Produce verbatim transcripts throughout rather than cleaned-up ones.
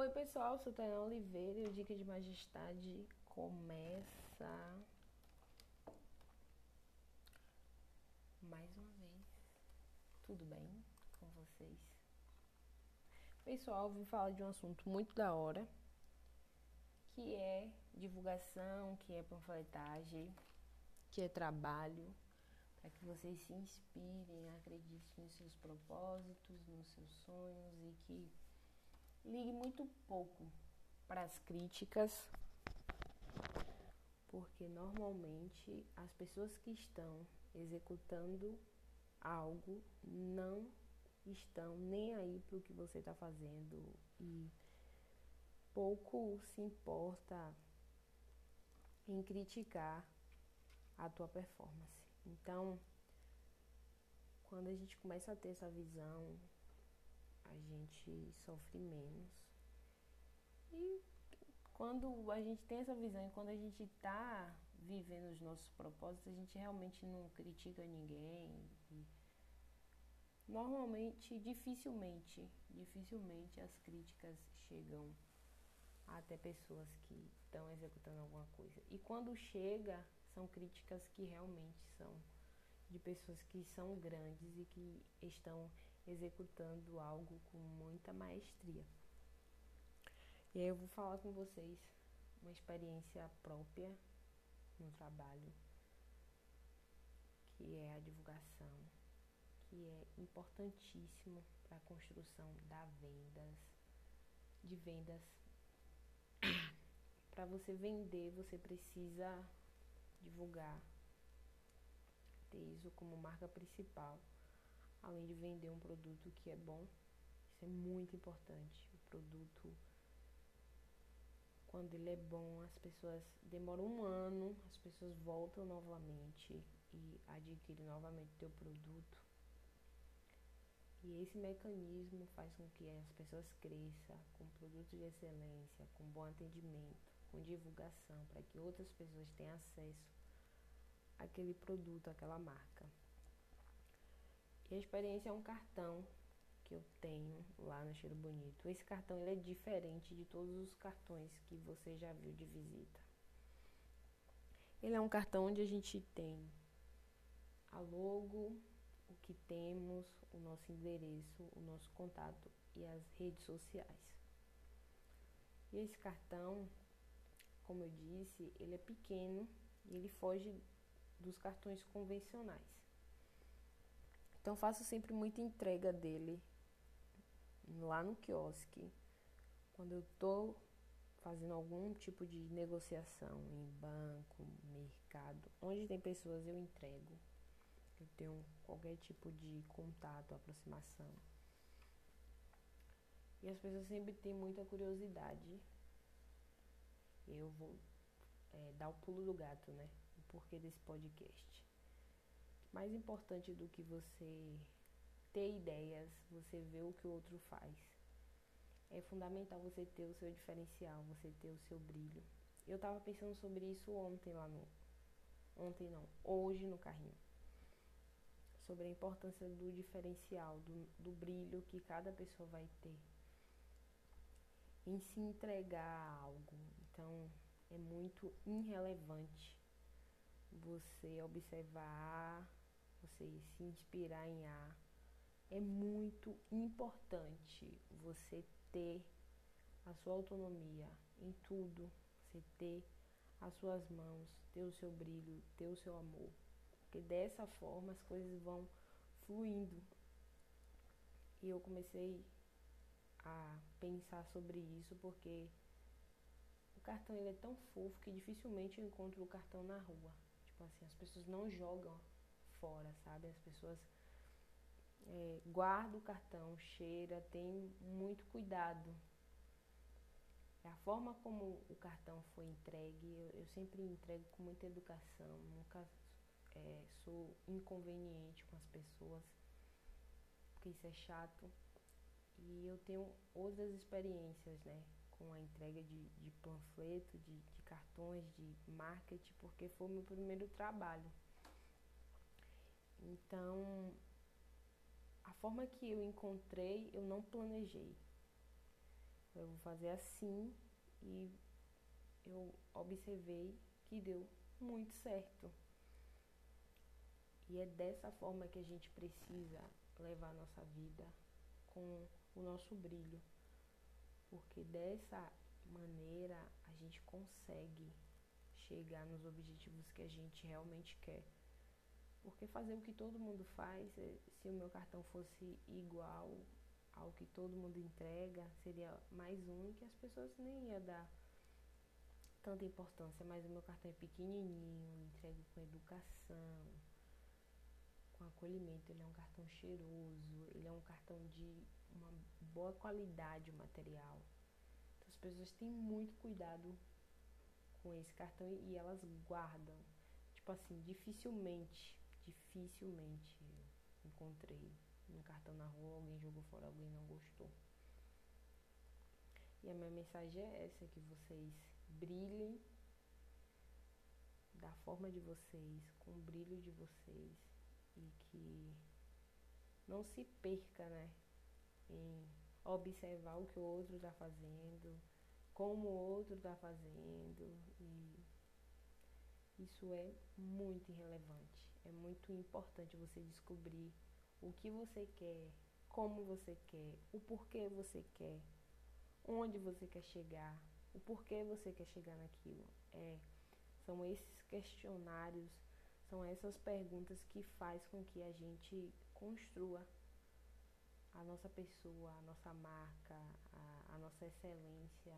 Oi pessoal, sou Tainá Oliveira e o Dica de Majestade começa mais uma vez. Tudo bem com vocês? Pessoal, vim falar de um assunto muito da hora, que é divulgação, que é panfletagem, que é trabalho, para que vocês se inspirem, acreditem nos seus propósitos, nos seus sonhos e que ligue muito pouco para as críticas, porque normalmente as pessoas que estão executando algo não estão nem aí para o que você está fazendo e pouco se importa em criticar a tua performance. Então, quando a gente começa a ter essa visão, a gente sofre menos. E quando a gente tem essa visão e quando a gente está vivendo os nossos propósitos, a gente realmente não critica ninguém. E normalmente, dificilmente, dificilmente as críticas chegam até pessoas que estão executando alguma coisa. E quando chega, são críticas que realmente são de pessoas que são grandes e que estão executando algo com muita maestria. E aí eu vou falar com vocês uma experiência própria no trabalho, que é a divulgação, que é importantíssimo para a construção da vendas, de vendas. Para você vender, você precisa divulgar, ter isso como marca principal, além de vender um produto que é bom. Isso é muito importante. O produto, quando ele é bom, as pessoas demoram um ano, as pessoas voltam novamente e adquirem novamente o teu produto. E esse mecanismo faz com que as pessoas cresçam com produtos de excelência, com bom atendimento, com divulgação, para que outras pessoas tenham acesso àquele produto, àquela marca. E a experiência é um cartão que eu tenho lá no Cheiro Bonito. Esse cartão ele é diferente de todos os cartões que você já viu de visita. Ele é um cartão onde a gente tem a logo, o que temos, o nosso endereço, o nosso contato e as redes sociais. E esse cartão, como eu disse, ele é pequeno e ele foge dos cartões convencionais. Então faço sempre muita entrega dele lá no quiosque, quando eu tô fazendo algum tipo de negociação em banco, mercado, onde tem pessoas eu entrego. Eu tenho qualquer tipo de contato, aproximação. E as pessoas sempre têm muita curiosidade. Eu vou é, dar o pulo do gato, né? O porquê desse podcast. Mais importante do que você ter ideias, você ver o que o outro faz. É fundamental você ter o seu diferencial, você ter o seu brilho. Eu tava pensando sobre isso ontem lá no... Ontem não, hoje no carrinho. Sobre a importância do diferencial, do, do brilho que cada pessoa vai ter em se entregar a algo. Então, é muito irrelevante você observar A, você se inspirar em A. É muito importante você ter a sua autonomia em tudo, você ter as suas mãos, ter o seu brilho, ter o seu amor. Porque dessa forma as coisas vão fluindo. E eu comecei a pensar sobre isso porque o cartão ele é tão fofo que dificilmente eu encontro o cartão na rua. Tipo assim, as pessoas não jogam fora, sabe? As pessoas é, guardam o cartão, cheira, tem muito cuidado. A forma como o cartão foi entregue, eu, eu sempre entrego com muita educação, nunca é, sou inconveniente com as pessoas, porque isso é chato. E eu tenho outras experiências, né, com a entrega de, de panfleto, de, de cartões, de marketing, porque foi o meu primeiro trabalho. Então, a forma que eu encontrei, eu não planejei. Eu vou fazer assim e eu observei que deu muito certo. E é dessa forma que a gente precisa levar a nossa vida, com o nosso brilho. Porque dessa maneira a gente consegue chegar nos objetivos que a gente realmente quer. Porque fazer o que todo mundo faz, se o meu cartão fosse igual ao que todo mundo entrega, seria mais um que as pessoas nem iam dar tanta importância. Mas o meu cartão é pequenininho, entrego com educação, com acolhimento. Ele é um cartão cheiroso, ele é um cartão de uma boa qualidade o material. Então as pessoas têm muito cuidado com esse cartão e elas guardam. Tipo assim, dificilmente, dificilmente eu encontrei um cartão na rua, alguém jogou fora, alguém não gostou. E a minha mensagem é essa, que vocês brilhem da forma de vocês, com o brilho de vocês, e que não se perca, né, em observar o que o outro está fazendo, como o outro está fazendo, e isso é muito irrelevante. É muito importante você descobrir o que você quer, como você quer, o porquê você quer, onde você quer chegar, o porquê você quer chegar naquilo. É, são esses questionários, são essas perguntas que faz com que a gente construa a nossa pessoa, a nossa marca, a, a nossa excelência,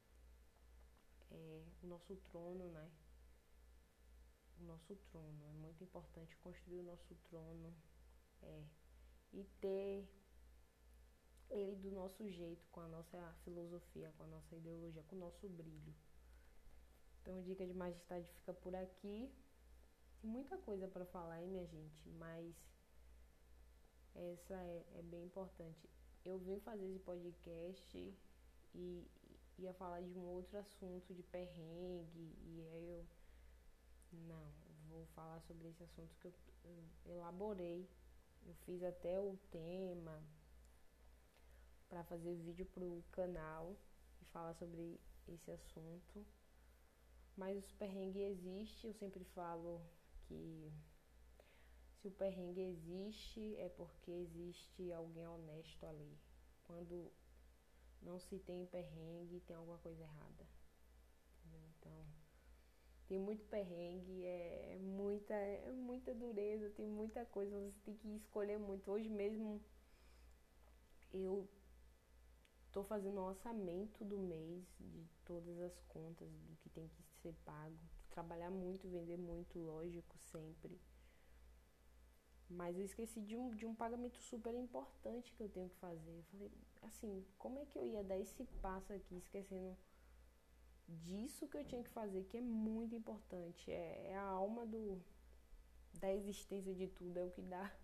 é, o nosso trono, né? O nosso trono. É muito importante construir o nosso trono, é, e ter ele do nosso jeito, com a nossa filosofia, com a nossa ideologia, com o nosso brilho. Então, Dica de Majestade fica por aqui. Tem muita coisa para falar, hein, minha gente? Mas essa é, é bem importante. Eu vim fazer esse podcast e ia falar de um outro assunto, de perrengue, e aí eu... Não, vou falar sobre esse assunto que eu, eu elaborei. Eu fiz até o tema para fazer vídeo pro canal e falar sobre esse assunto. Mas o perrengue existe, eu sempre falo que se o perrengue existe é porque existe alguém honesto ali. Quando não se tem perrengue, tem alguma coisa errada. Então, tem muito perrengue, é, é, muita, é muita dureza, tem muita coisa, você tem que escolher muito. Hoje mesmo eu tô fazendo o orçamento do mês, de todas as contas, do que tem que ser pago. Trabalhar muito, vender muito, lógico, sempre. Mas eu esqueci de um, de um pagamento super importante que eu tenho que fazer. Eu falei, assim, como é que eu ia dar esse passo aqui, esquecendo disso que eu tinha que fazer, que é muito importante. É, é a alma do, da existência de tudo, é o que dá.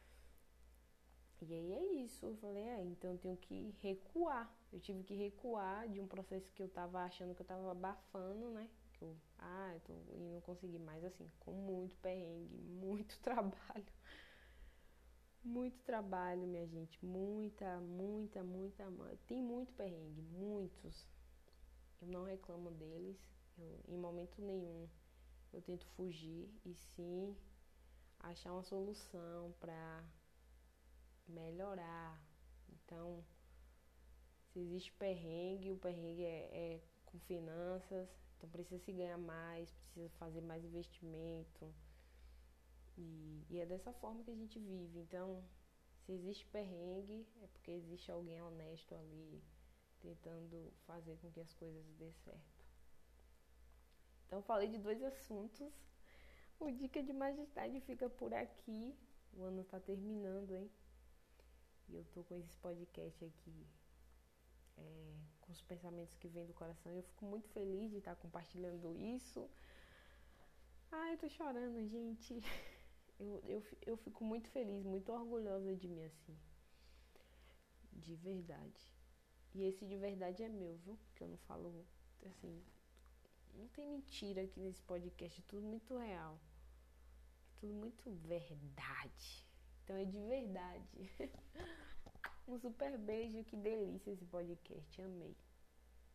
E aí é isso, eu falei, é, então eu tenho que recuar. Eu tive que recuar de um processo que eu tava achando que eu tava abafando, né? Que eu, ah, eu tô, e não consegui mais, assim, com muito perrengue, muito trabalho. Muito trabalho, minha gente, muita, muita, muita, tem muito perrengue, muitos. Eu não reclamo deles, eu, em momento nenhum eu tento fugir, e sim achar uma solução pra melhorar. Então, se existe perrengue, o perrengue é, é com finanças, então precisa se ganhar mais, precisa fazer mais investimento. E, e é dessa forma que a gente vive. Então, se existe perrengue, é porque existe alguém honesto ali, tentando fazer com que as coisas dê certo. Então, falei de dois assuntos. O Dica de Majestade fica por aqui. O ano tá terminando, hein? E eu tô com esse podcast aqui, é, com os pensamentos que vêm do coração. Eu fico muito feliz de estar compartilhando isso. Ai, eu tô chorando, gente. Eu, eu, eu fico muito feliz, muito orgulhosa de mim, assim. De verdade. E esse de verdade é meu, viu? Que eu não falo, assim, não tem mentira aqui nesse podcast, é tudo muito real. É tudo muito verdade. Então é de verdade. Um super beijo, que delícia esse podcast, amei.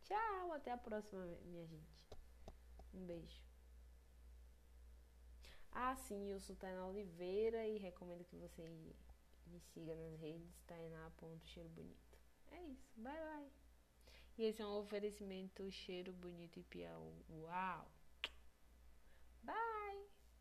Tchau, até a próxima, minha gente. Um beijo. Ah, sim, eu sou Tainá Oliveira e recomendo que você me siga nas redes, tainá.cheirobonito. É isso, bye bye. E esse é um oferecimento Cheiro Bonito e Piauí. Uau! Bye!